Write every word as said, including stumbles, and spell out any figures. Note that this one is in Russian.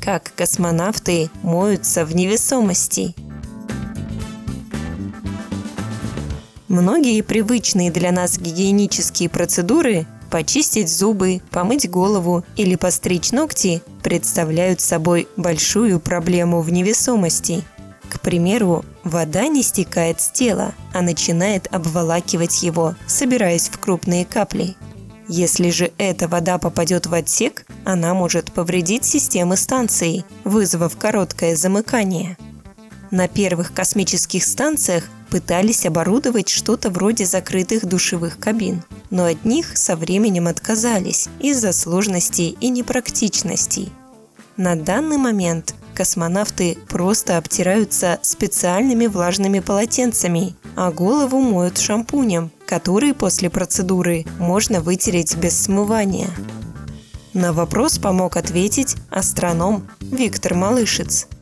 Как космонавты моются в невесомости. Многие привычные для нас гигиенические процедуры – почистить зубы, помыть голову или постричь ногти – представляют собой большую проблему в невесомости. К примеру, вода не стекает с тела, а начинает обволакивать его, собираясь в крупные капли. Если же эта вода попадет в отсек, она может повредить системы станции, вызвав короткое замыкание. На первых космических станциях пытались оборудовать что-то вроде закрытых душевых кабин, но от них со временем отказались из-за сложностей и непрактичностей. На данный момент космонавты просто обтираются специальными влажными полотенцами, а голову моют шампунем, который после процедуры можно вытереть без смывания. На вопрос помог ответить астроном Виктор Малышец.